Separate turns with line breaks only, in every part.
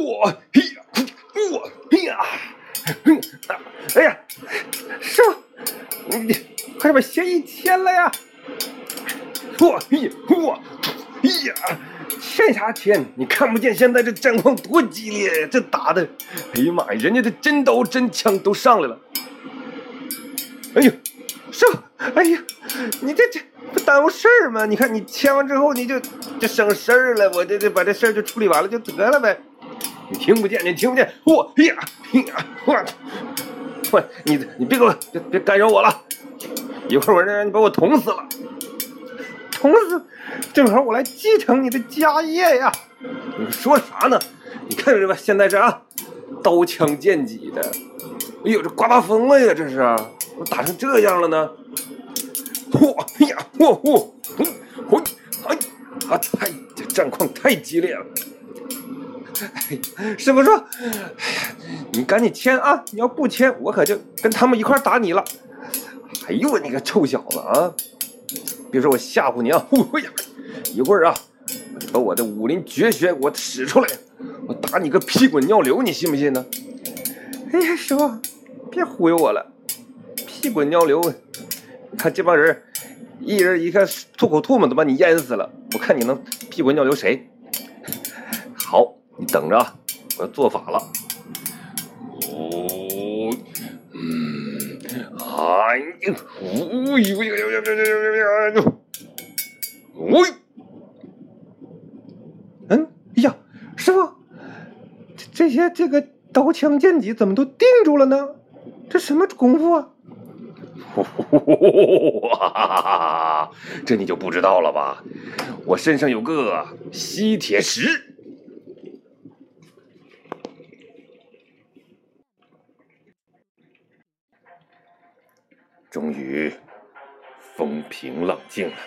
哎呀，师傅，你快点把鞋一签了呀！签啥签？你看不见现在这战况多激烈呀？这打的，哎呀妈呀，人家这真刀真枪都上来了。哎呦，师傅，哎呀，你这不耽误事儿吗？你看你签完之后你就省事儿了，我这把这事儿就处理完了就得了呗。你听不见，你听不见，你别给我别干扰我了，一会儿我让你把我捅死了。捅死，正好我来继承你的家业呀！你说啥呢？你看着吧，现在这刀枪剑戟的，哎呦，这刮大风了呀！这是，我打成这样了呢。这战况太激烈了。师傅说：“哎呀，你赶紧签啊！你要不签，我可就跟他们一块打你了。”哎呦，你个臭小子啊！别说我吓唬你啊！一会儿啊，把我的武林绝学我使出来，我打你个屁滚尿流，你信不信呢？哎呀，师傅，别忽悠我了，屁滚尿流！看这帮人，一人一个吐口唾沫都把你淹死了，我看你能屁滚尿流谁？好，你等着啊，我要做法了。哎呀，师傅，这个刀枪剑戟怎么都定住了呢？这什么功夫啊？这你就不知道了吧？我身上有个吸铁石。终于风平浪静了。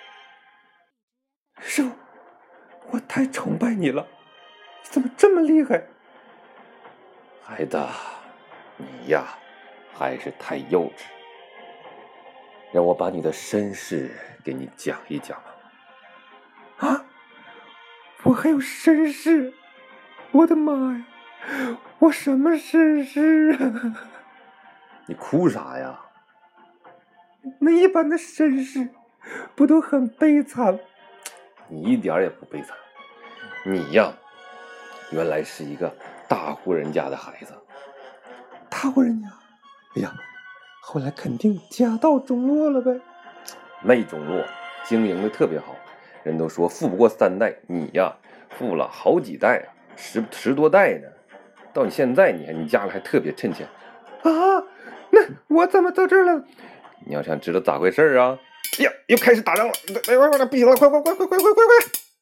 师傅，我太崇拜你了，你怎么这么厉害？孩子，你呀还是太幼稚，让我把你的身世给你讲一讲吧。啊，我还有身世？我的妈呀，我什么身世啊？你哭啥呀？那一般的身世不都很悲惨？你一点也不悲惨，你呀原来是一个大户人家的孩子。大户人家？哎呀，后来肯定家道中落了呗。没中落，经营的特别好，人都说富不过3代，你呀富了好几代，十多代呢。到你现在你家里还特别趁钱啊？那我怎么到这儿了？你要想知道咋回事啊？哎呀，又开始打仗了！不行了，快！